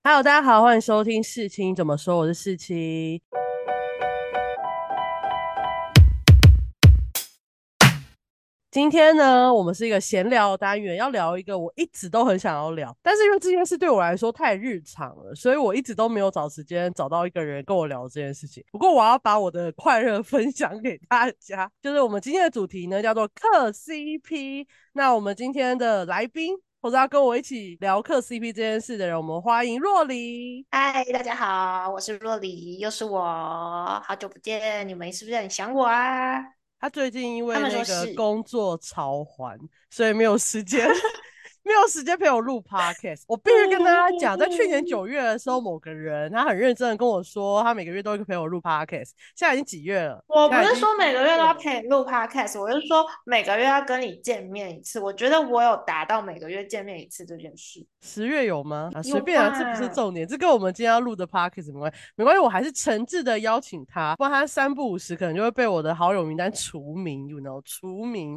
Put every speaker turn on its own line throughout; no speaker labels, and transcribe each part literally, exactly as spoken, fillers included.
Hello，大家好，欢迎收听世青怎么说，我是世青。今天呢，我们是一个闲聊单元，要聊一个我一直都很想要聊，但是因为这件事对我来说太日常了，所以我一直都没有找时间找到一个人跟我聊这件事情。不过我要把我的快乐分享给大家，就是我们今天的主题呢叫做嗑 C P。那我们今天的来宾，或者要跟我一起聊嗑 C P 这件事的人，我们欢迎若琳。
嗨，大家好，我是若黎，又是我，好久不见，你们是不是很想我啊？
他最近因
他们
为那个
说是，
工作超环，所以没有时间，没有时间陪我录 podcast。我必须跟大家讲，在去年九月的时候，某个人他很认真的跟我说，他每个月都会陪我录 podcast。现在已经几月了？
我不
现在已经
是说每个月都要
十月了。
陪你录 podcast，我是说每个月要跟你见面一次。我觉得我有达到每个月见面一次这件事，
十月有吗？啊，随
有
便啊，这不是
吧？
重点，这跟我们今天要录的 podcast 没关系，没关系，我还是诚挚的邀请他，不然他三不五时可能就会被我的好友名单除名，you know，除名。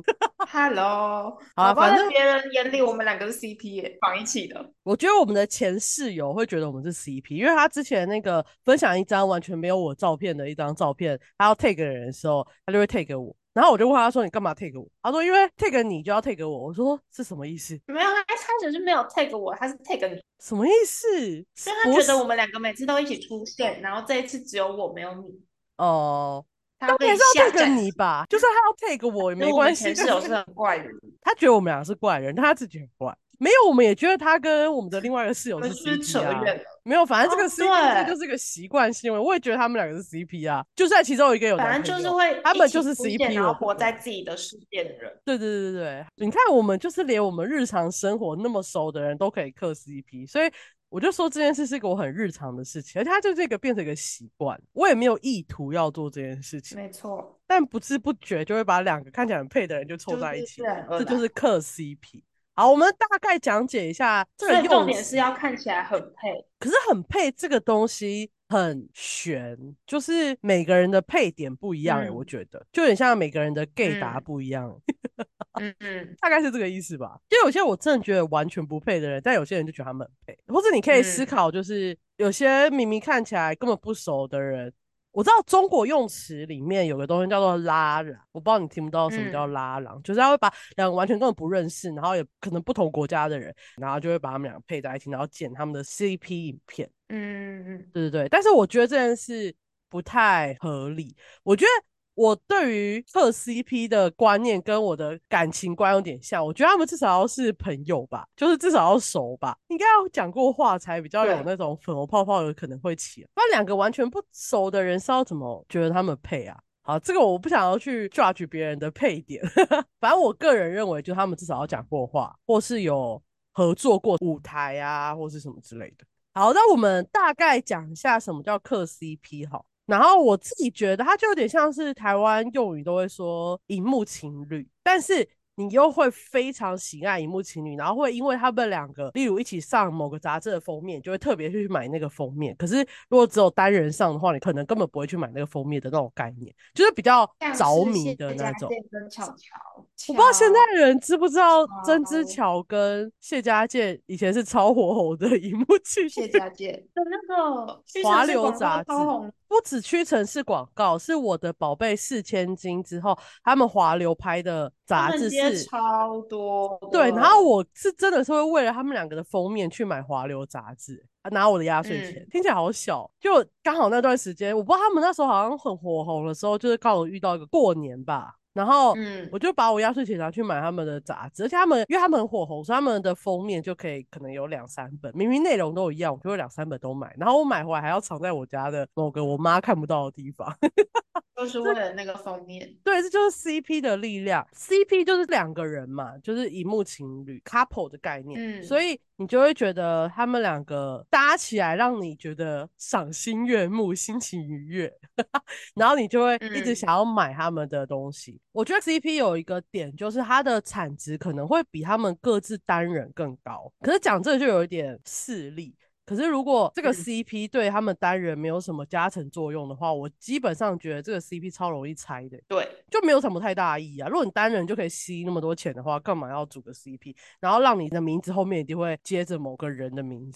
Hello，
好啊，
搞不好
反正
在别人眼里我们两个是 C P 耶，绑一起的。
我觉得我们的前室友会觉得我们是 C P，因为他之前那个分享一张完全没有我照片的一张照片，他要 take 人的时候，他就会 take 我。然后我就问他说：“你干嘛 take 我？”他说：“因为 take 你就要 take 我。”我说：“是什么意思？
没有，他一开始是没有 take 我，他是 take 你，
什么意思？
因为他
不是
觉得我们两个每次都一起出现，然后这一次只有我没有你，
哦、呃
他会
当然是要
下
take
战。
你吧，就算他要 take 我也
因为我们
没关系。但是
前室友是很怪的人，
他觉得我们两个是怪人，但他自己很怪。没有，我们也觉得他跟我们的另外一个室友是
我们是不是
C P 啊。
扯远了？
没有，反正这个
哦，对，
C P 这就是个习惯行为。我也觉得他们两个是 C P 啊，就算其中有一个有
反
男朋友，
正就是会一起
他们就是
出现，
C P，
然后活在
我不管。
自己的世界的人。
对对对对对，你看我们就是连我们日常生活那么熟的人都可以嗑 C P，所以我就说这件事是一个我很日常的事情，而且它就这个变成一个习惯，我也没有意图要做这件事情，
没错，
但不知不觉就会把两个看起来很配的人就凑
就是
在一起，
自然而
这就是
然。
嗑 C P。好，我们大概讲解一下这个
所以重
用词。
点是要看起来很配。
可是很配这个东西很悬，就是每个人的配点不一样哎、欸我
嗯
觉得就有点像每个人的 gay 答
嗯
不一样。
嗯嗯
大概是这个意思吧。就有些我真的觉得完全不配的人，但有些人就觉得他们很配，或者你可以思
嗯
考，就是有些明明看起来根本不熟的人。我知道中国用词里面有个东西叫做拉郎，我不知道你听不到什么叫
嗯
拉郎，就是他会把两个完全根本不认识，然后也可能不同国家的人，然后就会把他们两个配在一起，然后剪他们的 C P 影片。
嗯嗯，
对对对，但是我觉得这件事不太合理。我觉得我对于特 C P 的观念跟我的感情观有点像，我觉得他们至少要是朋友吧，就是至少要熟吧，应该要讲过话才比较有
对，
那种粉红泡泡有可能会起来，不然两个完全不熟的人是要怎么觉得他们配啊？好，这个我不想要去 judge 别人的配点，反正我个人认为，就他们至少要讲过话，或是有合作过舞台啊，或是什么之类的。好，那我们大概讲一下什么叫嗑 C P 好。然后我自己觉得它就有点像是台湾用语都会说荧幕情侣，但是你又会非常喜爱荧幕情侣，然后会因为他们两个，例如一起上某个杂志的封面，就会特别去买那个封面。可是如果只有单人上的话，你可能根本不会去买那个封面的那种概念，就是比较
像
着迷
是谢
的那种。
家健跟巧巧，
我不知道现
巧
在人知不知道曾之
巧
乔跟谢家健以前是超火红的荧幕情
谢
侣。
家健的那个屈臣
华流
氏广告
杂志
超红，
不止屈臣氏广告，是我的宝贝四千金之后，他们华流拍的杂
他们接
志是。
超多
对，然后
的。
我是真的是会为了他们两个的封面去买华流杂志，拿我的压岁钱，
嗯
听起来好小。就刚好那段时间，我不知道他们那时候好像很火红的时候，就是刚好遇到一个过年吧，然后我
嗯，
就把我压岁钱拿去买他们的杂志，而且他们因为他们很火红，所以他们的封面就可以可能有两三本，明明内容都一样，我就会两三本都买，然后我买回来还要藏在我家的某个我妈看不到的地方。
就是为了那个封面。
对，这就是 C P 的力量。C P 就是两个人嘛，就是荧幕情侣 couple 的概念，所
嗯
以你就会觉得他们两个搭起来，让你觉得赏心悦目、心情愉悦，然后你就会一直
嗯，
想要买他们的东西。我觉得 C P 有一个点，就是它的产值可能会比他们各自单人更高。可是讲这个就有一点势利。可是如果这个
嗯，
C P 对他们单人没有什么加成作用的话，我基本上觉得这个 C P 超容易拆的，
对，
就没有什么太大意义啊。如果你单人就可以吸那么多钱的话，干嘛要组个 C P？然后让你的名字后面一定会接着某个人的名字。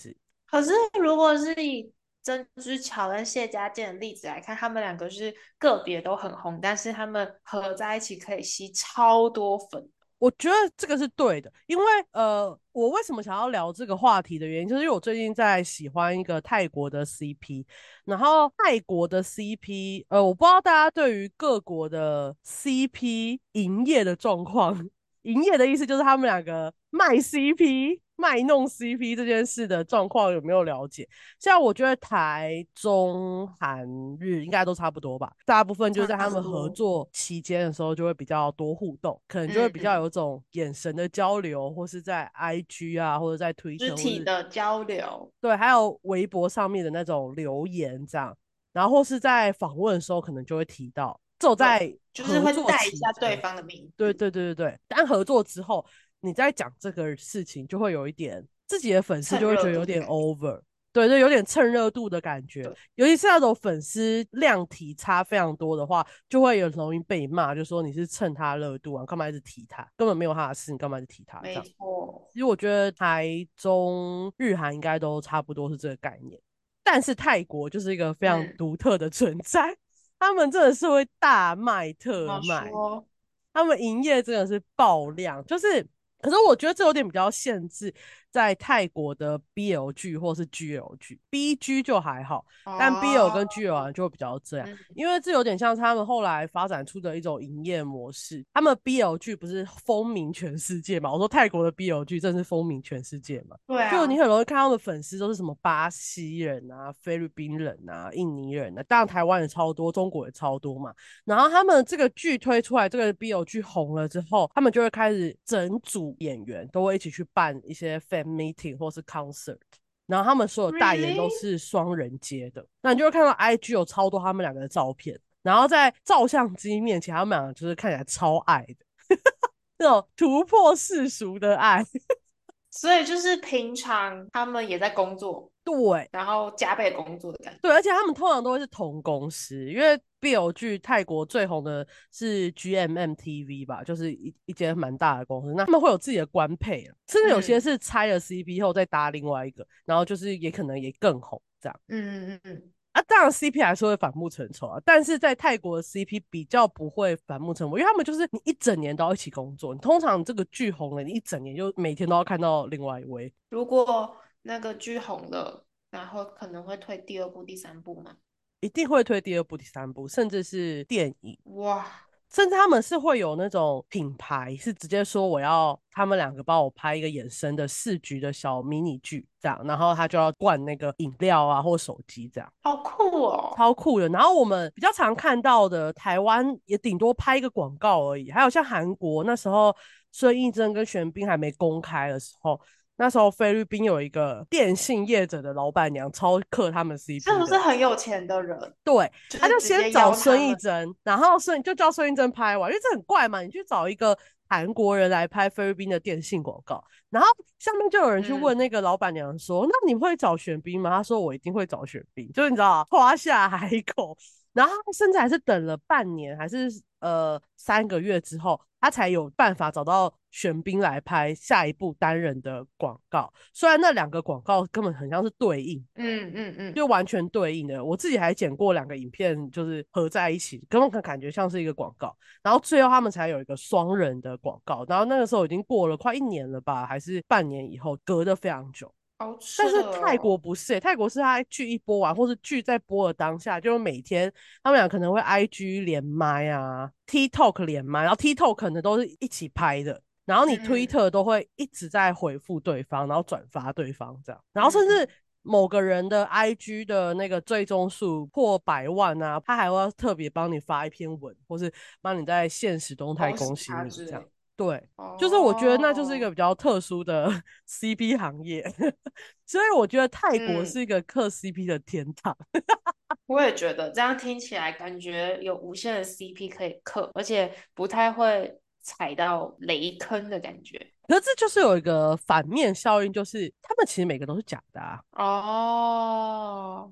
可是如果是以曾之乔跟谢家健的例子来看，他们两个是个别都很红，但是他们合在一起可以吸超多粉。
我觉得这个是对的，因为呃，我为什么想要聊这个话题的原因，就是因为我最近在喜欢一个泰国的 C P，然后泰国的 C P，呃，我不知道大家对于各国的 C P 营业的状况，营业的意思就是他们两个卖 C P、卖弄 C P 这件事的状况有没有了解？像我觉得台中韩日应该都差不多吧，大部分就是
差
在他们合
不多。
作期间的时候就会比较多互动，可能就会比较
嗯，
有种眼神的交流，或是在 I G 啊，或者在
肢
Twitter，或是
体的交流。
对，还有微博上面的那种留言这样，然后或是在访问的时候可能就会提到，只有
对，
在
就是会
合作
带一下对
期间，
方的名
对
字。
对对对对，但合作之后，你在讲这个事情就会有一点自己的粉丝就会觉
蹭热
得有点
度的感觉。
over，对对，有点蹭热度的感觉，
对，
尤其是那种粉丝量体差非常多的话，就会有容易被骂，就说你是蹭他热度啊，干嘛一直提他，根本没有他的事，你干嘛一直提他这
没
样。
错。
其实我觉得台中、日韩应该都差不多是这个概念，但是泰国就是一个非常
嗯，
独特的存在，他们真的是会大卖
怎么
特卖，
说？
他们营业真的是爆量，就是可是我觉得这有点比较限制在泰国的 B L 剧或是 G L 剧，B G 就还好，但 B L
哦。
跟 G L 啊就会比较这样。
嗯
因为这有点像是他们后来发展出的一种营业模式。他们 B L 剧不是风靡全世界嘛？我说泰国的 B L 剧真是风靡全世界嘛？就你
对啊。
很容易看他们粉丝都是什么巴西人啊、菲律宾人啊、印尼人啊，当然台湾也超多，中国也超多嘛。然后他们这个剧推出来，这个 B L 剧红了之后，他们就会开始整组演员都会一起去办一些 fan meeting 或是 concert。然后他们所有代言
Really？
都是双人接的，那你就会看到 I G 有超多他们两个的照片，然后在照相机面前，他们两个就是看起来超爱的，那种突破世俗的爱。
所以就是平常他们也在工作，
对，
然后加倍工作的感觉。
对，而且他们通常都会是同公司，因为 B L 剧泰国最红的是 G M M T V 吧，就是一一间蛮大的公司，那他们会有自己的官配啊，甚至有些
嗯
是拆了 C P 后再搭另外一个，然后就是也可能也更红这样。
嗯嗯嗯。
啊，当然 C P 还是会反目成仇啊，但是在泰国的 C P 比较不会反目成仇，因为他们就是你一整年都要一起工作，你通常这个剧红了，你一整年就每天都要看到另外一位，
如果那个剧红了，然后可能会推第二部、第三部嘛？
一定会推第二部、第三部，甚至是电影。
哇。
甚至他们是会有那种品牌，是直接说我要他们两个帮我拍一个衍生的四局的小迷你剧，这样，然后他就要灌那个饮料啊或手机这样。
好酷哦！
超酷的。然后我们比较常看到的，台湾也顶多拍一个广告而已。还有像韩国那时候，孙艺珍跟玄彬还没公开的时候，那时候菲律宾有一个电信业者的老板娘超克他们
是
C P 的，
不是很有钱的人？
对，他就
就是直接
先找孙艺
邀他们。
珍，然后孙就叫孙艺珍拍完，因为这很怪嘛，你去找一个韩国人来拍菲律宾的电信广告，然后下面就有人去问
嗯。
那个老板娘说：“那你会找玄彬吗？”他说：“我一定会找玄彬。”就是你知道，夸下海口。然后他甚至还是等了半年，还是呃三个月之后，他才有办法找到玄彬来拍下一部单人的广告。虽然那两个广告根本很像是对应。
嗯嗯嗯。
就完全对应的。我自己还剪过两个影片，就是合在一起，根本感觉像是一个广告。然后最后他们才有一个双人的广告。然后那个时候已经过了快一年了吧，还是半年以后，隔得非常久。
好扯
但是泰国
哦。
不是、欸，泰国是他剧一播完，或是剧在播的当下，就每天他们俩可能会 I G 连麦啊，TikTok 连麦，然后 TikTok 可能都是一起拍的。然后你推
嗯
特都会一直在回复对方，然后转发对方这样，然后甚至
嗯嗯。
某个人的 I G 的那个追踪数破百万啊，他还会特别帮你发一篇文，或是帮你在现实动态
恭喜
恭喜你这样。
他之类。
对，就是我觉得那就是一个
哦。
比较特殊的 C P 行业，所以我觉得泰国
嗯，
是一个磕 C P 的天堂。
我也觉得这样听起来感觉有无限的 C P 可以嗑，而且不太会踩到雷坑的感觉。
可是这就是有一个反面效应，就是他们其实每个都是假的啊。
哦。
光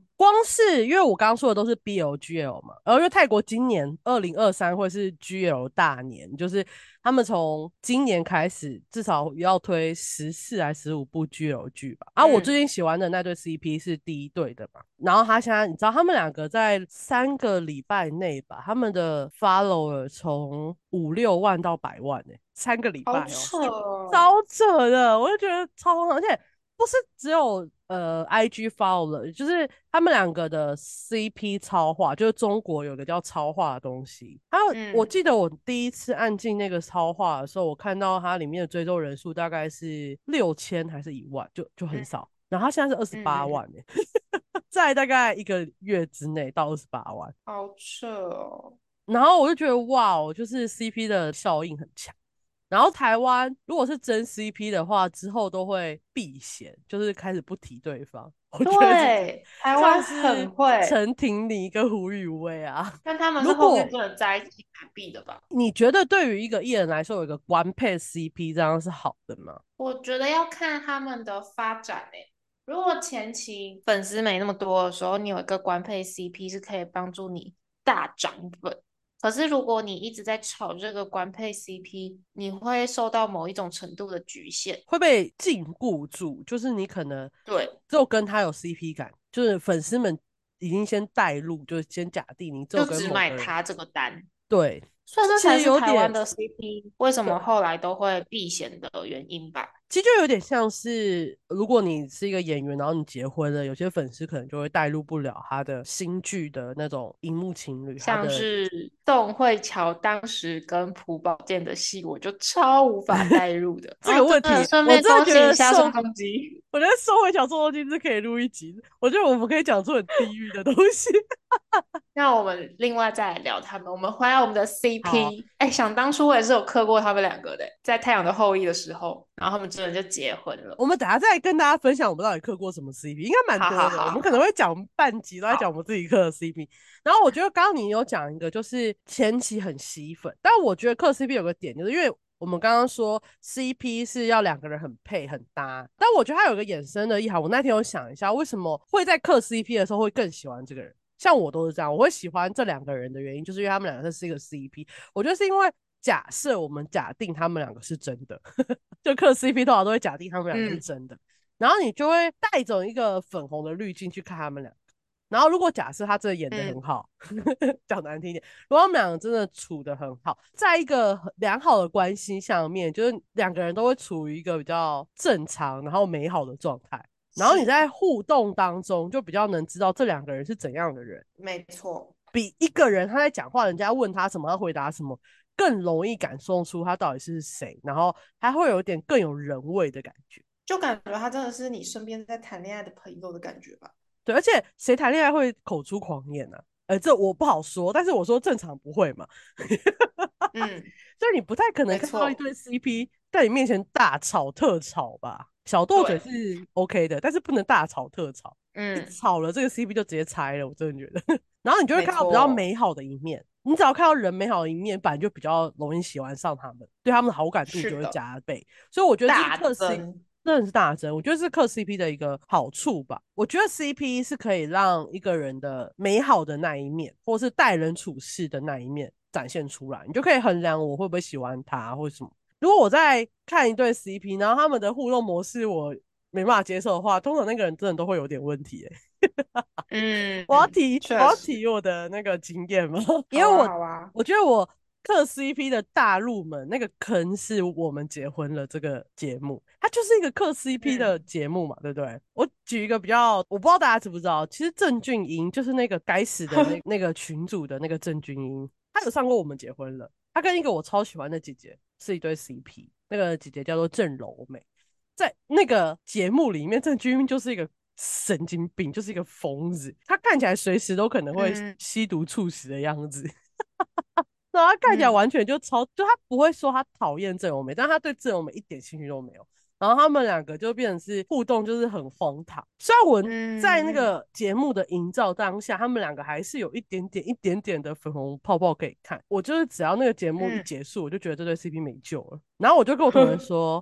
是因为我刚刚说的都是 B L G L 嘛，然后因为泰国今年二零二三会是 G L 大年，就是他们从今年开始至少要推十四还十五部 G L 剧吧。啊，我最
嗯
近喜欢的那对 C P 是第一对的嘛，然后他现在你知道他们两个在三个礼拜内吧，他们的 follower 从五六万到百万呢、欸，三个礼拜哦，
好扯哦。
超扯的，我就觉得超荒唐，而且不是只有呃 I G follow 就是他们两个的 C P 超话，就是中国有个叫超话的东西。还有，我
嗯
记得我第一次按进那个超话的时候，我看到它里面的追踪人数大概是六千还是一万，就就很
嗯
少。然后它现在是二十
嗯嗯，
八万欸，在大概一个月之内到二十八万。
好扯哦。
然后我就觉得哇哦，就是 C P 的效应很强。然后台湾如果是真 C P 的话，之后都会避嫌，就是开始不提对方。我觉得是
对，台湾
像是
很会，
陈婷妮跟胡宇威啊。
但他们是后面
如果
真的在一起改币的吧？
你觉得对于一个艺人来说，有一个官配 C P 这样是好的吗？
我觉得要看他们的发展诶。如果前期粉丝没那么多的时候，你有一个官配 C P 是可以帮助你大涨粉。可是如果你一直在炒这个官配 C P，你会受到某一种程度的局限。
会被禁锢住，就是你可能
对，
只有跟他有 C P 感，就是粉丝们已经先带入，就是先假定你只有跟
就只
某个人。
买他这个单。
对，
所以这才
这其实
是台湾
有点
的 C P 为什么
对，
后来都会避嫌的原因吧。
其实就有点像是，如果你是一个演员，然后你结婚了，有些粉丝可能就会带入不了他的新剧的那种荧幕情侣，他
像
的
是宋慧乔当时跟朴宝剑的戏，我就超无法代入的。
这
然后真
个问题，
的顺便
我真的觉
恭喜一下宋
得宋，
仲基。
我觉得宋慧乔、宋仲基是可以录一集，我觉得我们可以讲出很地狱的东西。
那我们另外再来聊他们。我们回来我们的
好，
C P，哎，想当初我也是有磕过他们两个的，在《太阳的后裔》的时候，然后他们真的就结婚了。
我们等下再跟大家分享我们到底磕过什么 C P，应该蛮
好好
多的。我们可能
好好
会讲半集都在讲我
好，
们自己磕的 C P。然后我觉得刚刚你有讲一个，就是前期很吸粉，但我觉得磕 C P 有个点，就是因为我们刚刚说 C P 是要两个人很配很搭，但我觉得它有一个衍生的意涵。我那天有想一下，为什么会在磕 C P 的时候会更喜欢这个人？像我都是这样，我会喜欢这两个人的原因，就是因为他们两个是一个 C P。我觉得是因为假设我们假定他们两个是真的，就磕 C P 多少都会假定他们两个是
嗯
真的，然后你就会带走一个粉红的滤镜去看他们俩。然后如果假设他真的演的很
嗯
好，讲难听一点，如果他们两个真的处的很好，在一个良好的关系下面，就是两个人都会处于一个比较正常然后美好的状态。然后你
是
在互动当中就比较能知道这两个人是怎样的人，
没错。
比一个人他在讲话，人家问他什么，他回答什么，更容易感受出他到底是谁，然后他会有点更有人味的感觉。
就感觉他真的是你身边在谈恋爱的朋友的感觉吧。
对，而且谁谈恋爱会口出狂言呢、啊？呃，这我不好说，但是我说正常不会嘛。
嗯，
所以你不太可能
没错。
看到一对 C P 在你面前大吵特吵吧？小斗嘴
对，
是 OK 的，但是不能大吵特吵。一
嗯，
吵了，这个 C P 就直接拆了，我真的觉得。然后你就会
没
看到比较
错，
美好的一面。你只要看到人美好的一面，本来就比较容易喜欢上他们，对他们的好感度就会
是的，
加倍。所以我觉得这是
大
克 C
增。
真的是大增，我觉得是克 C P 的一个好处吧。我觉得 C P 是可以让一个人的美好的那一面，或是待人处事的那一面展现出来，你就可以衡量我会不会喜欢他或什么。如果我在看一对 C P，然后他们的互动模式我没办法接受的话，通常那个人真的都会有点问题、欸。
嗯，
我要提我要
确实。
提我的那个经验吗？因
好啊，
为我
好啊。
我觉得我磕 C P 的大入门那个坑是我们结婚了这个节目，它就是一个磕 C P 的
嗯
节目嘛，对不对？我举一个比较，我不知道大家知不知道，其实郑俊英就是那个该死的那那个群主的那个郑俊英，他有上过我们结婚了，他跟一个我超喜欢的姐姐是一对 C P，那个姐姐叫做郑柔美。在那个节目里面，郑钧就是一个神经病，就是一个疯子。他看起来随时都可能会
嗯
吸毒猝死的样子，然后他看起来
嗯
完全就超，就他不会说他讨厌郑容美，但他对郑容美一点兴趣都没有。然后他们两个就变成是互动，就是很荒唐。虽然我在那
嗯
个节目的营造当下，他们两个还是有一点点、一点点的粉红泡泡可以看。我就是只要那个节目一
嗯，
结束，我就觉得这对 C P 没救了。然后我就跟我同学说，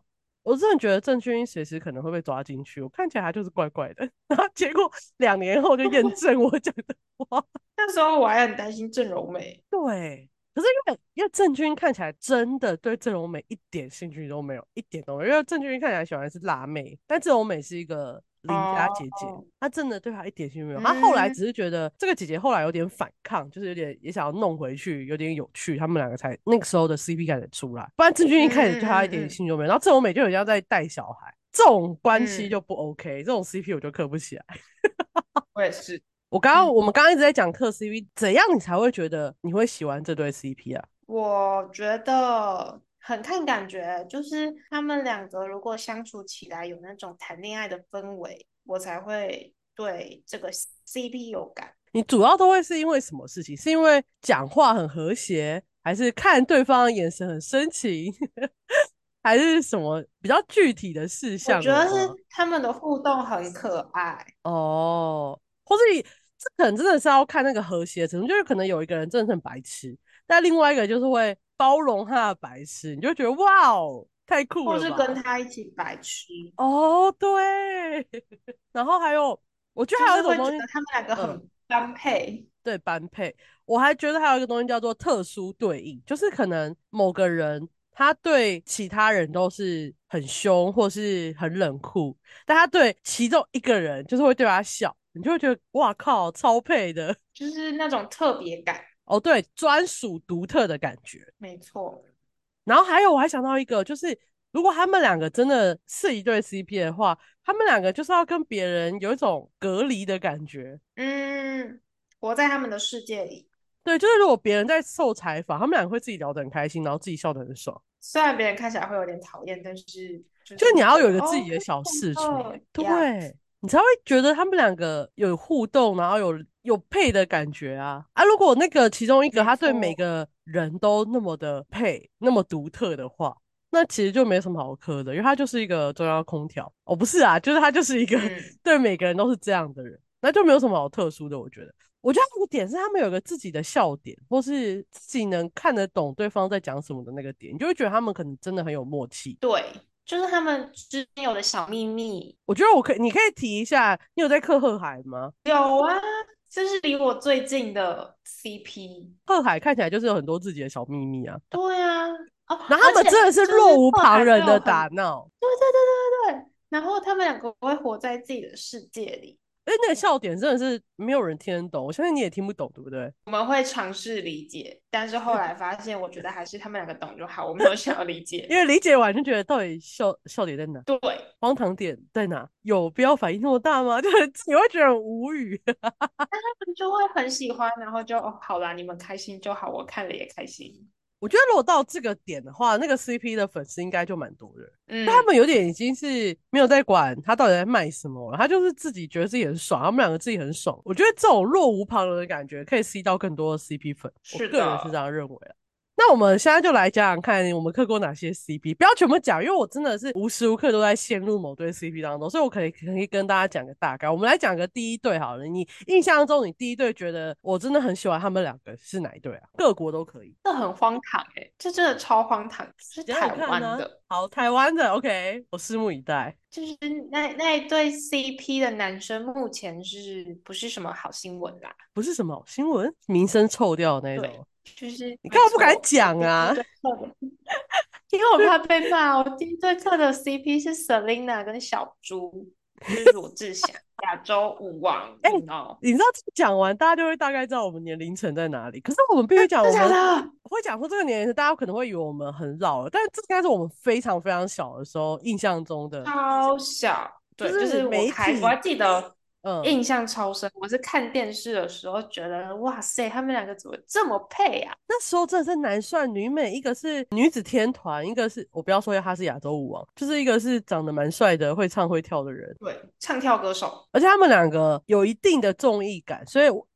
我真的觉得郑钧英随时可能会被抓进去，我看起来他就是怪怪的，然后结果两年后就验证我讲的话。
那时候我还很担心郑容美。
对，可是因为因为郑钧看起来真的对郑容美一点兴趣都没有，一点都没有。因为郑钧看起来喜欢的是辣妹，但郑容美是一个邻家姐姐，
哦，
她真的对她一点兴趣没有。她后来
嗯
只是觉得这个姐姐后来有点反抗，就是有点也想要弄回去，有点有趣，他们两个才那个时候的 C P 感才出来。不然郑钧一
嗯
开始对她一
嗯嗯
点兴趣都没有，然后郑容美就很像在带小孩，这种关系就
嗯，
不 OK，这种 C P 我就磕不起来。
我也是。
我刚刚
嗯，
我们刚刚一直在讲磕 C P，怎样你才会觉得你会喜欢这对 C P 啊？
我觉得很看感觉，就是他们两个如果相处起来有那种谈恋爱的氛围，我才会对这个 C P 有感。
你主要都会是因为什么事情？是因为讲话很和谐，还是看对方的眼神很深情，还是什么比较具体的事
我
项
觉得是
了吗？
他们的互动很可爱。
哦，或者你这可能真的是要看那个和谐程度，就是可能有一个人真的是很白痴，但另外一个就是会包容他的白痴，你就觉得哇哦，太酷
或是跟
了吧？
他一起白痴，
哦，对，然后还有，我觉得
就是
还有一种东西，
会觉得他们两个
嗯。
很般配。
对般配，我还觉得还有一个东西叫做特殊对应，就是可能某个人他对其他人都是很凶或是很冷酷，但他对其中一个人就是会对他笑，你就会觉得哇靠，超配的。
就是那种特别感。
哦，对，专属独特的感觉。
没错。
然后还有我还想到一个，就是如果他们两个真的是一对 C P 的话，他们两个就是要跟别人有一种隔离的感觉。
嗯，活在他们的世界里。
对，就是如果别人在受采访，他们两个会自己聊得很开心，然后自己笑得很爽。
虽然别人看起来会有点讨厌，但是就
就是你要
是会觉得
有一个自己的
哦，
小事情，
哦呀，
对你才会觉得他们两个有互动，然后有有配的感觉啊啊！如果那个其中一个
没
他对每
错。
个人都那么的配，那么独特的话，那其实就没什么好磕的，因为他就是一个中央空调哦，不是啊，就是他就是一个
嗯，
对每个人都是这样的人，那就没有什么好特殊的，我觉得。我觉得那个点是他们有个自己的笑点，或是自己能看得懂对方在讲什么的那个点，你就会觉得他们可能真的很有默契。
对，就是他们之间有的小秘密。
我觉得我可以，你可以提一下，你有在克贺海吗？
有啊，这是离我最近的 C P。
贺海看起来就是有很多自己的小秘密啊，
对啊，哦，
然后他
而且
们真的是
就是
若无
后海都
旁人的
有很，
打闹，
对对对对对对，然后他们两个会活在自己的世界里。
哎，那个笑点真的是没有人听得懂，我相信你也听不懂，对不对？
我们会尝试理解，但是后来发现，我觉得还是他们两个懂就好，我没有想要理解。
因为理解完就觉得到底笑笑点在哪，
对，
荒唐点在哪，有必要反应那么大吗？就是你会觉得很无语。
就会很喜欢，然后就哦，好啦，你们开心就好，我看了也开心。
我觉得如果到这个点的话，那个 C P 的粉丝应该就蛮多的。他
嗯，
们有点已经是没有在管他到底在卖什么了，他就是自己觉得自己很爽，他们两个自己很爽。我觉得这种若无旁人的感觉可以吸到更多的 C P 粉，我
是
个人是这
的。
样认为啊。那我们现在就来讲讲看，我们磕过哪些 C P，不要全部讲，因为我真的是无时无刻都在陷入某对 C P 当中，所以我可以可以跟大家讲个大概。我们来讲个第一对好了，你印象中你第一对觉得我真的很喜欢他们两个是哪一对啊？各国都可以。
这很荒唐哎，这真的超荒唐，是
讲讲
台
看呢、
湾的。
好，台湾的 OK，我拭目以待。
就是那那一对 C P 的男生，目前是不是什么好新闻啦？
不是什么新闻，名声臭掉的那
对，
种。
就是没
你干嘛不敢
错，我第一
讲啊？
对课的，因为我怕被骂。我第一对课的 C P 是 Selina 跟小猪，就是罗志祥，亚洲舞王，
哎、
你知道？
你知道这个讲完，大家就会大概知道我们年龄层在哪里。可是我们必须讲，
真的假
我们
的？
会讲说这个年龄层，大家可能会以为我们很老了，但是这应该是我们非常非常小的时候印象中的，
超小，对，就
就是
是我
媒体，
开，我还记得
嗯，
印象超深。我是看电视的时候觉得，哇塞，他们两个怎么这么配啊？
那时候真的是男帅女美，一个是女子天团，一个是我不要说他是亚洲舞王，就是一个是长得蛮帅的，会唱会跳的人。
对，唱跳歌手。
而且他们两个有一定的综艺感，所以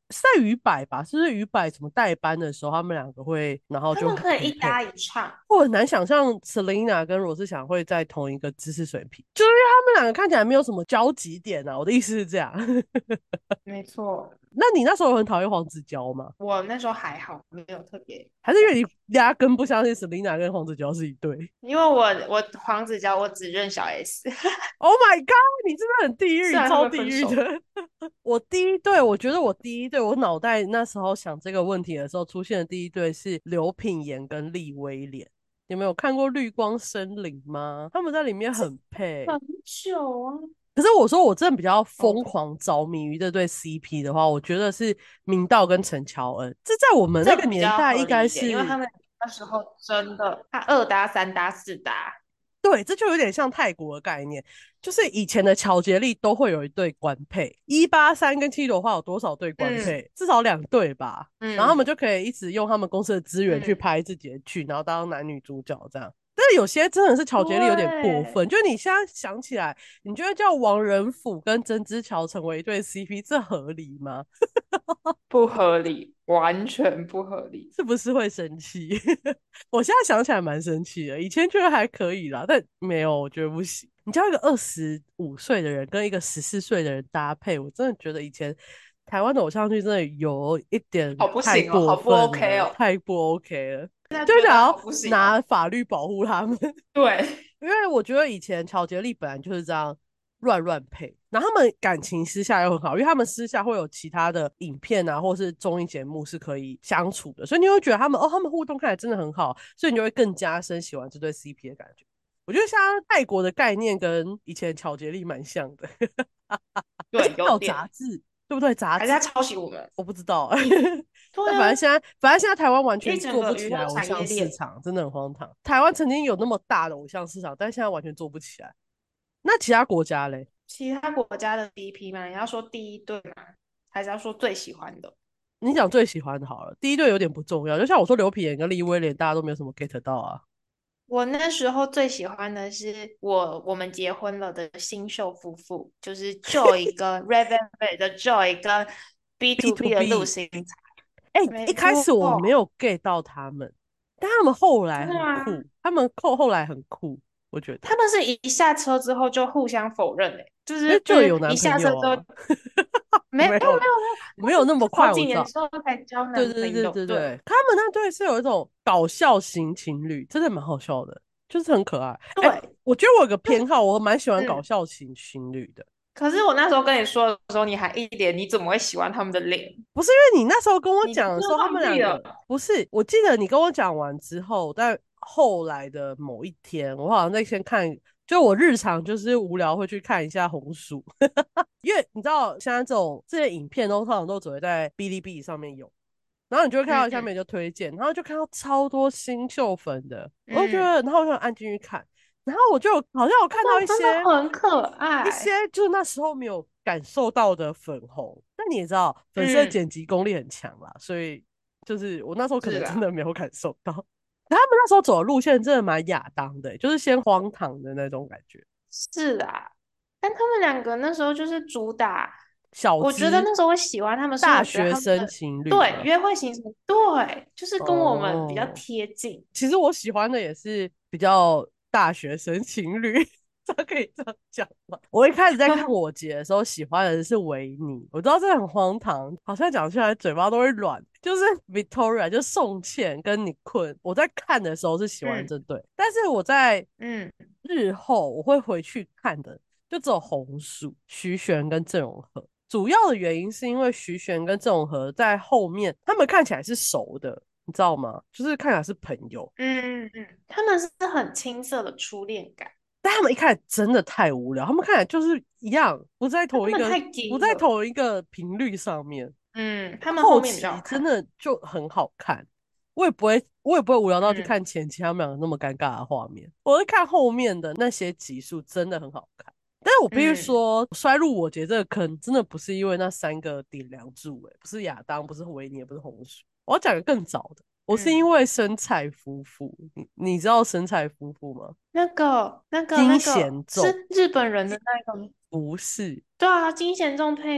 是在鱼摆吧？是不是鱼摆怎么代班的时候，他们两个会，然后就
他们可以
很配。
一搭一唱。
我很难想象 Selina 跟罗志祥会在同一个知识水平，就是因为他们两个看起来没有什么交集点啊。我的意思是这样。
没错，
那你那时候有很讨厌黄子佼吗？
我那时候还好，没有特别。
还是因为你压根不相信 Selina 跟黄子佼是一对
因为我我黄子佼我只认小 S，
？Oh my god！你真的很地狱，
虽然他们
超地狱
分手。
的。我第一对，我觉得我第一对，我脑袋那时候想这个问题的时候，出现的第一对是刘品言跟利威廉。有没有看过《绿光森林》吗？他们在里面很配。
很久啊。
可是我说我真的比较
哦，
疯狂着迷于这对 C P 的话，我觉得是明道跟陈乔恩。这在我们那个
这比较
年代应该
合理一点，因为
是
他们那时候真的，他二搭、三搭、四搭。
对，这就有点像泰国的概念，就是以前的乔杰利都会有一对官配，一八三跟七朵花有多少对官
嗯
配？至少两对吧。然后他们
嗯
就可以一直用他们公司的资源去
嗯，
拍自己的剧，然后当男女主角这样。但是有些真的是乔杰利有点过
对，
分，就你现在想起来，你觉得叫王仁甫跟曾之乔成为一对 C P，这合理吗？
不合理，完全不合理。
是不是会生气？我现在想起来蛮生气的，以前觉得还可以啦，但没有，我觉得不行。你叫一个二十五岁的人跟一个十四岁的人搭配，我真的觉得以前台湾的偶像剧真的有一点
好不行哦，
太过
好不
分
OK
了，
哦，
太不 OK 了，
现在觉得
就想要
好不行哦。
拿法律保护他们。
对，
因为我觉得以前乔杰利本来就是这样乱乱配，然后他们感情私下又很好，因为他们私下会有其他的影片啊，或是综艺节目是可以相处的，所以你会觉得他们哦，他们互动看起来真的很好，所以你就会更加深喜欢这对 C P 的感觉。我觉得像泰国的概念跟以前乔杰利蛮像的。而且
对，有
还有杂
点。
志，对不对？杂志
还是他抄袭我们？
我不知道。
对啊，
但反正现在，反正现在台湾完全
一整
做不起
个娱乐
来偶像
产业链。
市场，真的很荒唐。台湾曾经有那么大的偶像市场，但现在完全做不起来。那其他国家嘞？
其他国家的 D P 嘛，你要说第一对嘛，还是要说最喜欢的？
你讲最喜欢的好了，第一对有点不重要，就像我说刘品言跟利威廉，大家都没有什么 get 到啊。
我那时候最喜欢的是我我们结婚了的新秀夫妇，就是 Joy 跟 Red Velvet 的 Joy 跟 B
B
to
to
B 的陆
B，
星材。
哎、欸一
没错。
开始我没有 get 到他们，但他们后来
真的吗？
很酷，他们后后来很酷，我觉得。
他们是一下车之后就互相否认嘞、就
因为
是
就有男
一下车之后
朋友啊。
没有没有没有，
没有没有那么快，
好几
我知道。
年之后才交
对对对
男朋友。对。
对对，他们那对是有一种搞笑型情侣，真的蛮好笑的，就是很可爱。哎、
对。
我觉得我有个偏好，我蛮喜欢搞
嗯。
笑型情侣的。
可是我那时候跟你说的时候，你还一脸你怎么会喜欢他们的脸？
不是因为你那时候跟我
你是不是
讲的时候，他们
忘记了？
两个不是，我记得你跟我讲完之后，但后来的某一天，我好像在先看，就我日常就是无聊会去看一下红薯。因为你知道现在这种这些影片都通常都只会在哔哩哔哩上面有，然后你就会看到下
嗯
面就推荐，然后就看到超多新秀粉的，我就觉
嗯，
得，然后我就按进去看，然后我就好像有看到一些
真的很可
一些
爱。
就是那时候没有感受到的粉红。但你也知道，粉丝的
嗯，
剪辑功力很强啦，所以就是我那时候可能真
是啦。
的没有感受到。他们那时候走的路线真的蛮亚当的、欸就是先荒唐的那种感觉。
是啦。但他们两个那时候就是主打，我觉得
小资
那时候我喜欢他们，是因为
大
我觉得
学生
他们的
情侣嘛。
对约会行程，对，就是跟我们比较
哦，
贴近。
其实我喜欢的也是比较大学生情侣。这可以这样讲吗？我一开始在看我姐的时候，喜欢的是维尼。我知道这很荒唐，好像讲出来嘴巴都会软。就是 Victoria，就宋茜跟你困。我在看的时候是喜欢
嗯
这对，但是我在
嗯
日后我会回去看的，就只有红薯、徐玄跟郑容和。主要的原因是因为徐玄跟郑容和在后面，他们看起来是熟的，你知道吗？就是看起来是朋友。
嗯嗯嗯，他们是很青涩的初恋感。
但他们一开始真的太无聊，他们看起来就是一样，不在同一个
他们太
不
gay
在
了。
同一个频率上面。
嗯，他们后
后
面比较好看。
期真的就很好看，我也不会，我也不会无聊到去
嗯
看前期他们两个那么尴尬的画面，我会看后面的那些集数，真的很好看。但是我必须
嗯
说，摔入我姐这个坑，真的不是因为那三个顶梁柱、欸，不是亚当，不是维尼，也不是红薯。我要讲个更早的，我是因
嗯，
为生菜夫妇，你你知道生菜夫妇吗？
那个那个
金
那个
贤重
是日本人的那个吗？
不是。
对啊，金贤重配那个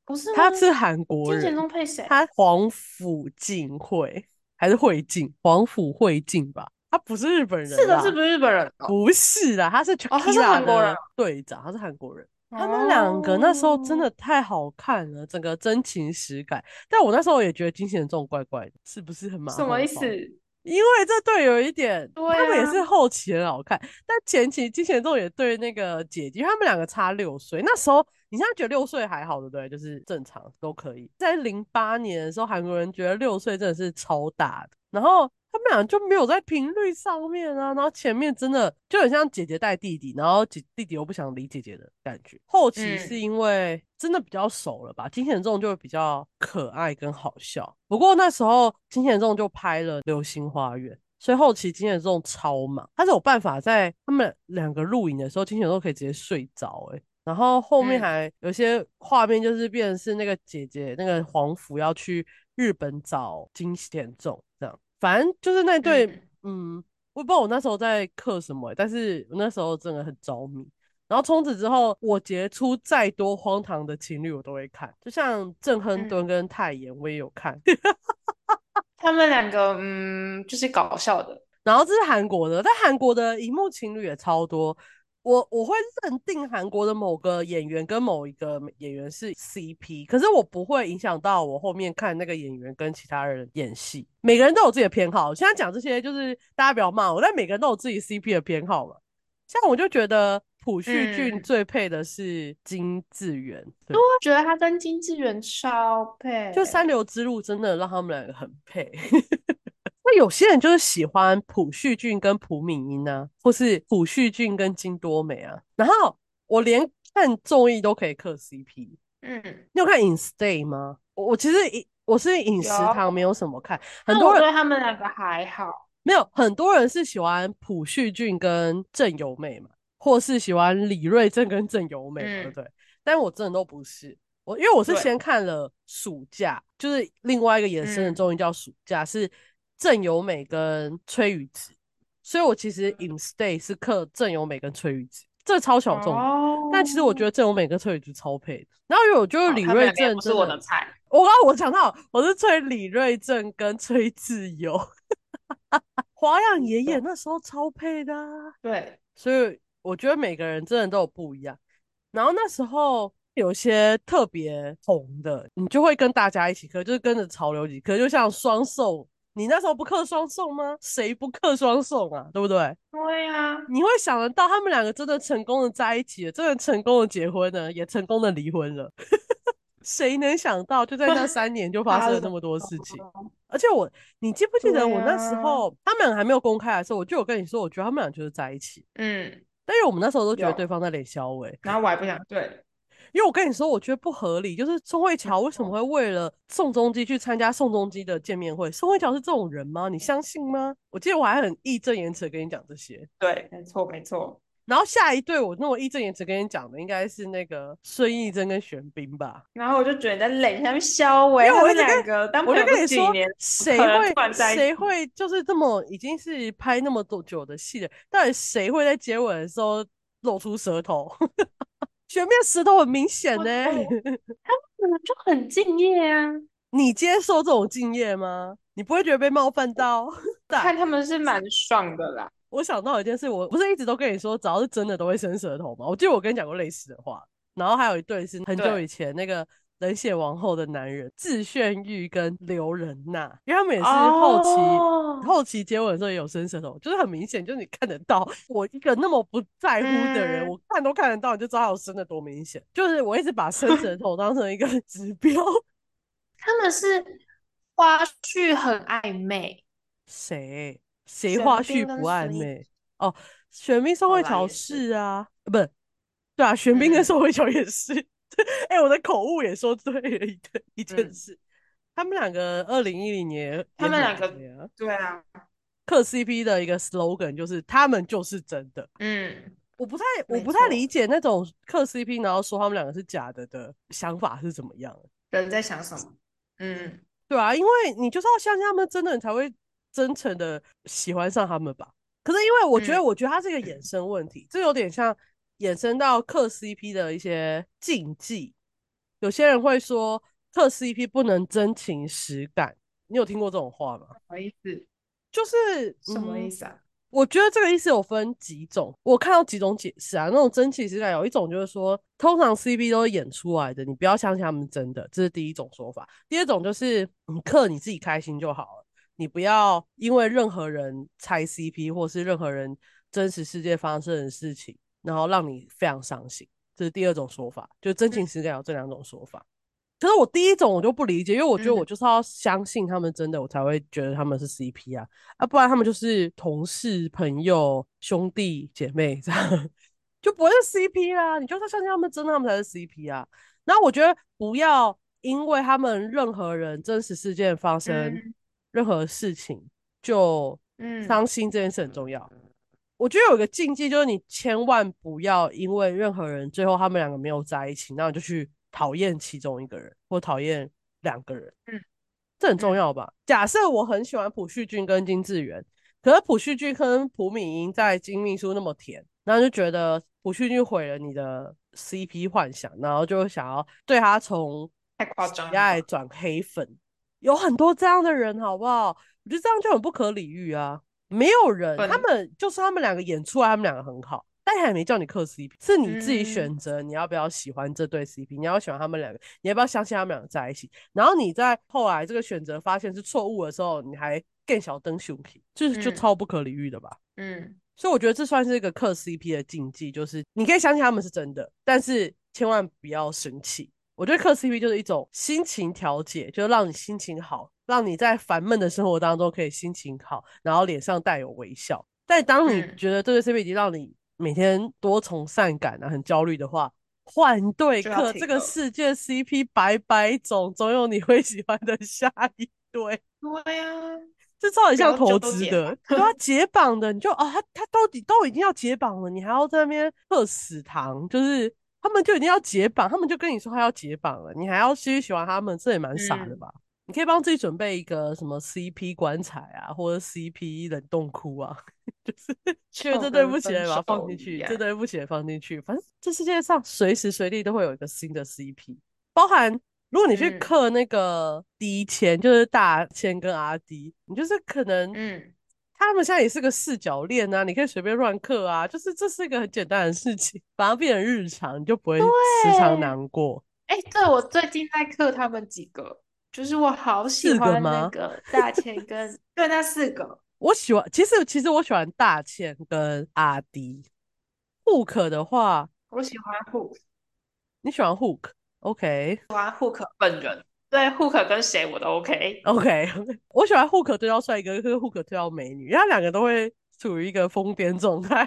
不是吗？
他是韩国
金贤
人，
重配谁？
他黄甫晋惠还是惠晋，黄甫惠晋吧，他不是日本
是的，是
人啦，
不是日本人哦？
不是啦，他是
哦，他是
Chakira
韩国人
的队长，他是韩国人。他们两个那时候真
哦。
的太好看了，整个真情实感。但我那时候也觉得金贤重怪怪的，是不是很马
什么意思？
后炮？因为这队有一点，他们也
对啊，
是后期很好看，但前期金贤重也对那个姐姐，因为他们两个差六岁，那时候你现在觉得六岁还好，对不对？就是正常都可以。在零八年的时候，韩国人觉得六岁真的是超大的，然后他们俩就没有在频率上面啊，然后前面真的就很像姐姐带弟弟，然后姐弟弟又不想理姐姐的感觉。后期是
嗯
因为真的比较熟了吧，金贤重就会比较可爱跟好笑。不过那时候金贤重就拍了《流星花园》。所以后期金贤重超忙，他是有办法在他们两个录影的时候，金贤重可以直接睡着、欸，然后后面
嗯
还有些画面就是变成是那个姐姐那个皇甫要去日本找金贤重这样，反正就是那对，
嗯，
嗯，我不知道我那时候在刻什么、欸，但是我那时候真的很着迷。然后从此之后，我杰出再多荒唐的情侣我都会看，就像郑亨
嗯，
敦跟泰妍我也有看。
他们两个嗯，就是搞笑的。
然后这是韩国的，但韩国的荧幕情侣也超多。我我会认定韩国的某个演员跟某一个演员是 C P，可是我不会影响到我后面看那个演员跟其他人演戏。每个人都有自己的偏好，现在讲这些就是大家不要骂我，但每个人都有自己 C P 的偏好嘛。像我就觉得朴叙俊
嗯，
最配的是金智媛，对，
我觉得他跟金智媛超
就三
配。
流之路真的让他们两个很配。那有些人就是喜欢朴叙俊跟朴敏英啊，或是朴叙俊跟金多美啊。然后我连看综艺都可以磕 C P。
嗯，
你有看《In Stay》吗？我我其实饮我是饮食堂没
有，
有什么看，很多人
但我对他们两个还好。
没有很多人是喜欢朴叙俊跟郑有美嘛，或是喜欢李瑞镇跟郑有美嘛，对
嗯，
不对？但我真的都不是。我因为我是
对，
先看了暑假，就是另外一个衍生的
嗯，
综艺叫暑假，是郑有美跟崔宇植，所以我其实 in stay 是克郑有美跟崔宇植，这超小众的。但其实我觉
哦，
得郑有美跟崔宇植超配的。然后因为我觉得
哦，
李瑞
他们两个也不是
镇真的，
我的菜。
我刚刚我讲到我是崔李瑞镇跟崔智友，华阳爷爷那时候超配的啊，
对，
所以我觉得每个人真的都有不一样。然后那时候有些特别红的，你就会跟大家一起磕，就是跟着潮流一起磕，就像双宋，你那时候不磕双宋吗？谁不磕双宋啊？对不对？
对呀、
你会想得到他们两个真的成功的在一起了，真的成功的结婚了，也成功的离婚了。谁能想到，就在那三年就发生了那么多事情？
Hello，
而且我，你记不记得
对
我那时
呀、
候他们俩还没有公开的时候，我就有跟你说，我觉得他们俩就是在一起。
嗯，
但因为我们那时候都觉得对
有，
方在脸消委，
然后我还不想对，
因为我跟你说，我觉得不合理，就是宋慧
没
乔为什么
错，
会为了宋仲基去参加宋仲基的见面会？宋慧乔是这种人吗？你相信吗？我记得我还很义正言辞的跟你讲这些。
对，没错，没错。
然后下一对我那么义正言辞跟你讲的，应该是那个孙艺珍跟玄彬吧？
然后我就觉得你在冷下面消委，他们
因为我一直跟
两个当
我就
朋友都
跟你说，
几年，不可能突
谁会
然在一起。
谁会就是这么已经是拍那么多久的戏了，到底谁会在接吻的时候露出舌头？玄彬舌头很明显
我
呢、
我他们可能就很敬业啊，
你接受这种敬业吗？你不会觉得被冒犯到？但
看他们是蛮爽的啦。
我想到一件事，我不是一直都跟你说，只要是真的都会伸舌头吗？我记得我跟你讲过类似的话。然后还有一对是很久以
对，
前那个冷血王后的男人自炫玉跟刘仁娜，因为他们也是后期
哦，
后期接吻的时候也有伸舌头，就是很明显，就是你看得到。我一个那么不在乎的人，
嗯，
我看都看得到，你就知道他有伸的多明显。就是我一直把伸舌头当成一个指标。
他们是花絮很暧昧，
谁谁花
玄彬
絮不暧
跟孙艺，
昧？哦，玄彬宋
好啦，
慧乔
也是，
是啊，呃不对啊，玄彬跟
嗯
宋慧乔也是。哎、欸我的口误也说对了一个一件
嗯，
事，他们两个二零一零年也很
他们两个，
黑啊。
对啊，
磕 C P 的一个 slogan 就是他们就是真的。
嗯，
我不太我不太理
没错。
解那种磕 C P 然后说他们两个是假的的想法是怎么样。
人在想什么？嗯
对啊，因为你就是要相信他们真的，你才会真诚的喜欢上他们吧。可是因为我觉得，
嗯
我觉得它是一个衍生问题，这有点像衍生到磕 C P 的一些禁忌。 有些人会说磕 C P 不能真情实感，你有听过这种话吗？
什么意思？
就是
什么意
嗯，
思啊？
我觉得这个意思有分几种，我看到几种解释啊。那种真情实感有一种就是说，通常 C P 都是演出来的，你不要相信他们真的，这是第一种说法。第二种就是你嗑你自己开心就好了，你不要因为任何人猜 C P 或是任何人真实世界发生的事情，然后让你非常伤心。这是第二种说法，就真情实感有这两种说法。可是我第一种我就不理解，因为我觉得我
嗯
就是要相信他们真的，我才会觉得他们是 C P 啊，啊，不然他们就是同事、朋友、兄弟姐妹这样，就不会是 C P 啦。你就算相信他们真的，他们才是 C P 啊。然后我觉得不要因为他们任何人真实事件发生
嗯
任何事情就
嗯
伤心，这件事很重要。我觉得有一个禁忌就是你千万不要因为任何人最后他们两个没有在一起，那你就去讨厌其中一个人或讨厌两个人，
嗯
这很重
嗯
要吧？假设我很喜欢朴叙俊跟金智媛，可是朴叙俊跟朴敏英在金秘书那么甜，然后就觉得朴叙俊毁了你的 C P 幻想，然后就想要对他从
太夸张
喜
了吧？
爱转黑粉，有很多这样的人，好不好？我觉得这样就很不可理喻啊。没有人，他
笨，
们就是他们两个演出来，他们两个很好，但还没叫你磕 C P，是你自己
嗯
选择你要不要喜欢这对 C P，你要喜欢他们两个，你要不要相信他们两个在一起？然后你在后来这个选择发现是错误的时候，你还更小灯熊皮，就是就
嗯
超不可理喻的吧？
嗯
所以我觉得这算是一个磕 C P 的禁忌，就是你可以相信他们是真的，但是千万不要生气。我觉得磕 C P 就是一种心情调节，就是让你心情好，让你在烦闷的生活当中可以心情好，然后脸上带有微笑。但当你
嗯，
觉得这个 C P 已经让你每天多愁善感啊，很焦虑的话，换对
就要
课，这个
停了。
世界 C P 百百种，总有你会喜欢的下一对。
对呀，
这超很
不要纠
像投资
结啦。
的，对啊，解绑的，你就啊，他他到底都已经要解绑了，你还要在那边喝死糖，就是他们就已经要解绑，他们就跟你说他要解绑了，你还要继续喜欢他们，这也蛮傻的
嗯，
吧？你可以帮自己准备一个什么 C P 棺材啊，或者 C P 冷冻库啊，就是觉得
就
这对
跟分
不起来把它放进去，这
手一样。
对不起来放进去，反正这世界上随时随地都会有一个新的 C P，包含如果你去
嗯
刻那个 D 签，就是大签跟阿 D，你就是可能
嗯，
他们现在也是个四角恋啊，你可以随便乱刻啊，就是这是一个很简单的事情，把它变成日常，你就不会时常
对，
难过。
哎，对，我最近在刻他们几个，就是我好喜
四个
欢那
吗？
个大千跟对那四个，
我喜欢，其实其实我喜欢大千跟阿 D。Hook 的话，
我喜欢 Hook，
你喜欢 Hook？OK，OK，、
喜欢 Hook 本人，对 Hook 跟谁我都 OK。
OK OK，我喜欢 Hook 对到帅哥，跟 Hook 对到美女，因为他两个都会处于一个疯癫状态。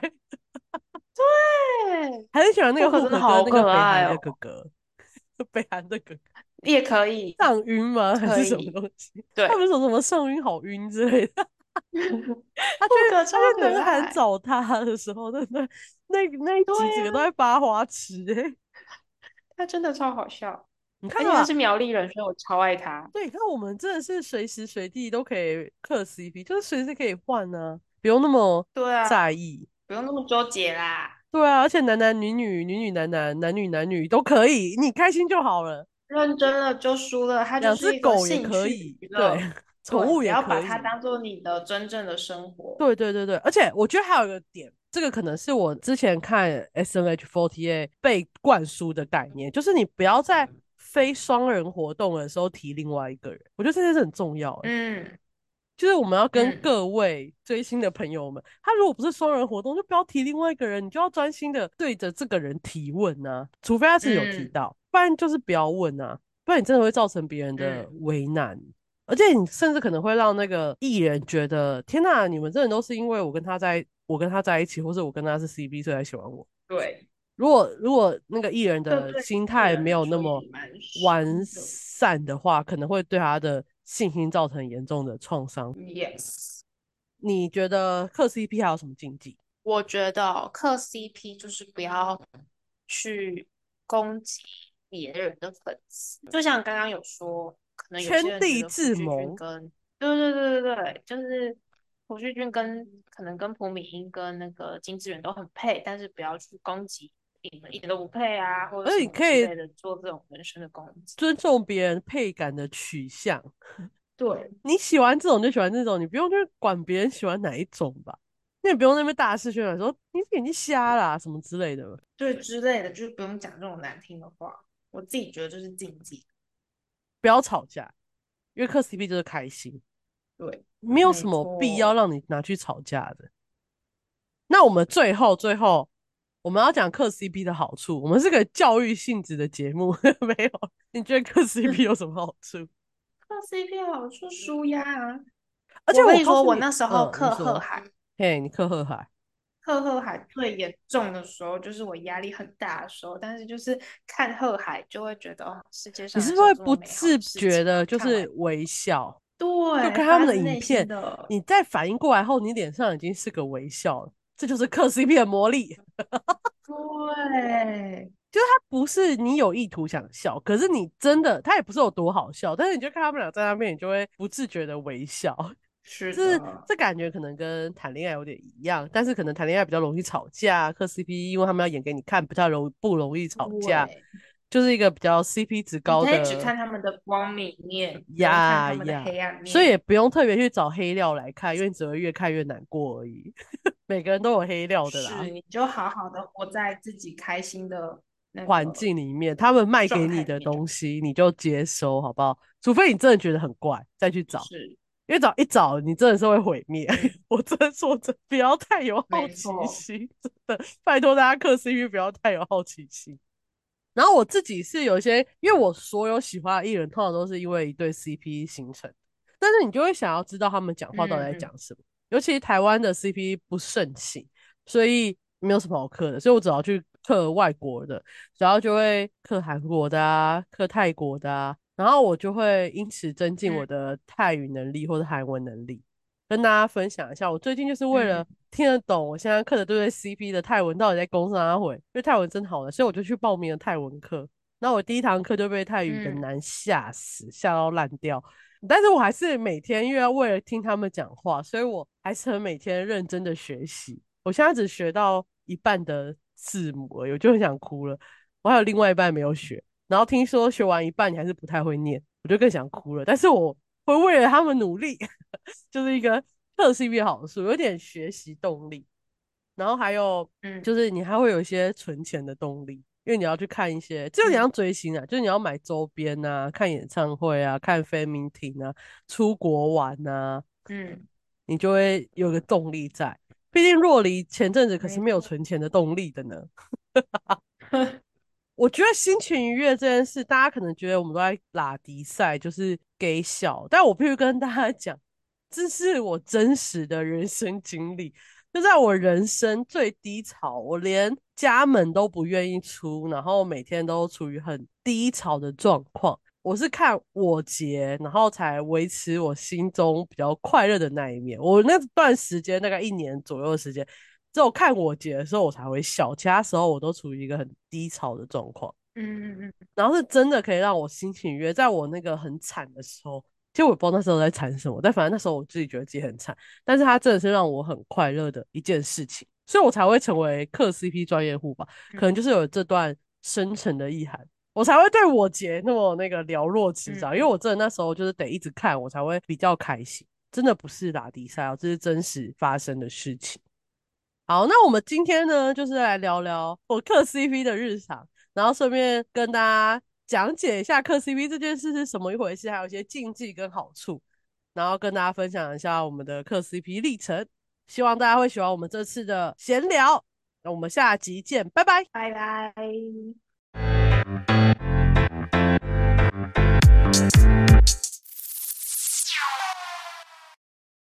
对
还是喜欢那个
，Hook 真的
Hook 跟
好可
那个北韩
爱哦，
的哥哥，北韩的哥哥
也可以，
上晕吗？还是什么
可以，
东西？他们
对
说什么上晕好晕之类的。他去
，Hook
他
超可
去南韩
爱，
找他的时候，那那那那一
对
集整个都在
呀、
发花痴哎、欸，
他真的超好笑，
你看到吧？
而且他是苗栗人，所以我超爱他。
对，你看我们真的是随时随地都可以磕 C P，就是随时可以换呢、啊，不用那么
对啊，
在意。
不用那么纠结啦，
对啊，而且男男女女、女女男男、男女男女都可以，你开心就好了。
认真了就输了，它就
两只
是一个
狗也
兴趣
可以，对，
娱乐，对，
宠物也
不要把
可以。
它当做你的真正的生活。
对对对对，而且我觉得还有一个点，这个可能是我之前看 S N H 四十八被灌输的概念，就是你不要在非双人活动的时候提另外一个人，我觉得这件事很重要。哎，
嗯
就是我们要跟
嗯
各位追星的朋友们，他如果不是双人活动，就不要提另外一个人，你就要专心的对着这个人提问啊，除非他是有提
嗯
到，不然就是不要问啊，不然你真的会造成别人的
嗯，
为难。而且你甚至可能会让那个艺人觉得，天哪，你们这人都是因为我跟他在，我跟他在一起，或是我跟他是 C P，所以才喜欢我。
对，
如果如果那个艺人
这对
的心
艺
态没
人来说
有那么
也蛮
完
伤的。
善的话，可能会对他的信心造成严重的创伤。
Yes，
你觉得磕 C P 还有什么禁忌？
我觉得哦磕 C P 就是不要去攻击别人的粉丝，就像刚刚有说，可能有些
圈地
人觉得朴叙俊
自萌，
跟，对对对对对，就是朴叙俊跟可能跟朴敏英跟那个金智媛都很配，但是不要去攻击你们一点都不配啊，或者
而且
什
你可以
么之类的，做这种人身的攻击。
尊重别人配感的取向。
对
你喜欢这种就喜欢这种，你不用去管别人喜欢哪一种吧。你也不用那边大肆宣传说你眼睛瞎啦、什么之类的。
对之类的，就是不用讲这种难听的话。我自己觉得这是禁忌。
不要吵架，因为磕 C P 就是开心，
对，
没有什
没
么必要
错。
让你拿去吵架的。那我们最后最后我们要讲磕 C P 的好处，我们是个教育性质的节目，没有？你觉得磕 C P 有什么好处？
磕 C P 好处舒压啊！
而且
我跟你说，
我告诉你，
我那时候
嗯，你
克贺
说，
海，
嘿，你克贺海，
克贺海最严重的时候，就是我压力很大的时候。但是就是看贺海，就会觉得哦，世界
你
上还是有
是不是会不
这么美好
自
的事情。然
觉的，
后看完，
就是微笑？就
对，
看他们的
发自内
影片，
心的，
你再反应过来后，你脸上已经是个微笑了，这就是磕 C P 的魔力。
对，
就是他不是你有意图想笑，可是你真的他也不是有多好笑，但是你就看他们俩在那边，你就会不自觉的微笑。
是
就是
的，
这感觉可能跟谈恋爱有点一样，但是可能谈恋爱比较容易吵架，磕 C P 因为他们要演给你看，比较容不容易吵架，
对，
就是一个比较 C P 值
你可以只
高的
看他们的光明面，不用看他们的
呀呀，
黑暗
所以也
面。
不用特别去找黑料来看，因为你只会越看越难过而已。每个人都有黑料的
是，
啦。
你就好好的活在自己开心的那
环
个
境里面，他们卖给
状
你的
态里面就
东西，你就接收，好不好？除非你真的觉得很怪，再去找，
是，
因为找一找，你真的是会毁灭。
嗯，
我真的说真，不要太有好
没错，
奇心，真的，拜托大家磕 C P 不要太有好奇心。然后我自己是有一些，因为我所有喜欢的艺人，通常都是因为一对 C P 形成，但是你就会想要知道他们讲话到底在
嗯嗯
讲什么。尤其台湾的 C P 不盛行，所以没有什么好磕的，所以我只要去磕外国的，然后就会磕韩国的啊，磕泰国的啊，然后我就会因此增进我
嗯
的泰语能力或者韩文能力。跟大家分享一下，我最近就是为了
嗯
听得懂我现在课的对对 C P 的泰文到底在攻啥回，因为泰文真好了，所以我就去报名了泰文课。那我第一堂课就被泰语的
嗯
难吓死，吓到烂掉。但是我还是每天因为要为了听他们讲话，所以我还是很每天认真的学习。我现在只学到一半的字母而已，我就很想哭了。我还有另外一半没有学，然后听说学完一半你还是不太会念，我就更想哭了。但是我会为了他们努力，就是一个特 C P 的好处，有点学习动力。然后还有
嗯
就是你还会有一些存钱的动力，因为你要去看一些，就你
嗯
像追星啊，就是你要买周边啊、看演唱会啊、看 fan meeting 啊、出国玩啊，
嗯，
你就会有个动力在。毕竟若离前阵子可是没有
没错，
存钱的动力的呢。我觉得心情愉悦这件事，大家可能觉得我们都在拉迪赛，就是给小，但我必须跟大家讲，这是我真实的人生经历。就在我人生最低潮，我连家门都不愿意出，然后每天都处于很低潮的状况。我是看我节，然后才维持我心中比较快乐的那一面。我那段时间大概一年左右的时间，只有看我节的时候我才会笑，其他时候我都处于一个很低潮的状况。
嗯嗯嗯
然后是真的可以让我心情愉悦，在我那个很惨的时候，其实我也不知道那时候在惨什么，但反正那时候我自己觉得自己很惨，但是它真的是让我很快乐的一件事情，所以我才会成为磕 C P 专业户吧，可能
嗯
就是有这段深沉的意涵。我才会对我姐那么那个了若指掌，因为
嗯嗯，
我真的那时候就是得一直看，我才会比较开心。真的不是打比赛哦，这是真实发生的事情。好，那我们今天呢，就是来聊聊我磕 C P 的日常，然后顺便跟大家讲解一下磕 C P 这件事是什么一回事，还有一些禁忌跟好处，然后跟大家分享一下我们的磕 C P 历程。希望大家会喜欢我们这次的闲聊，那我们下集见，拜拜。
拜拜。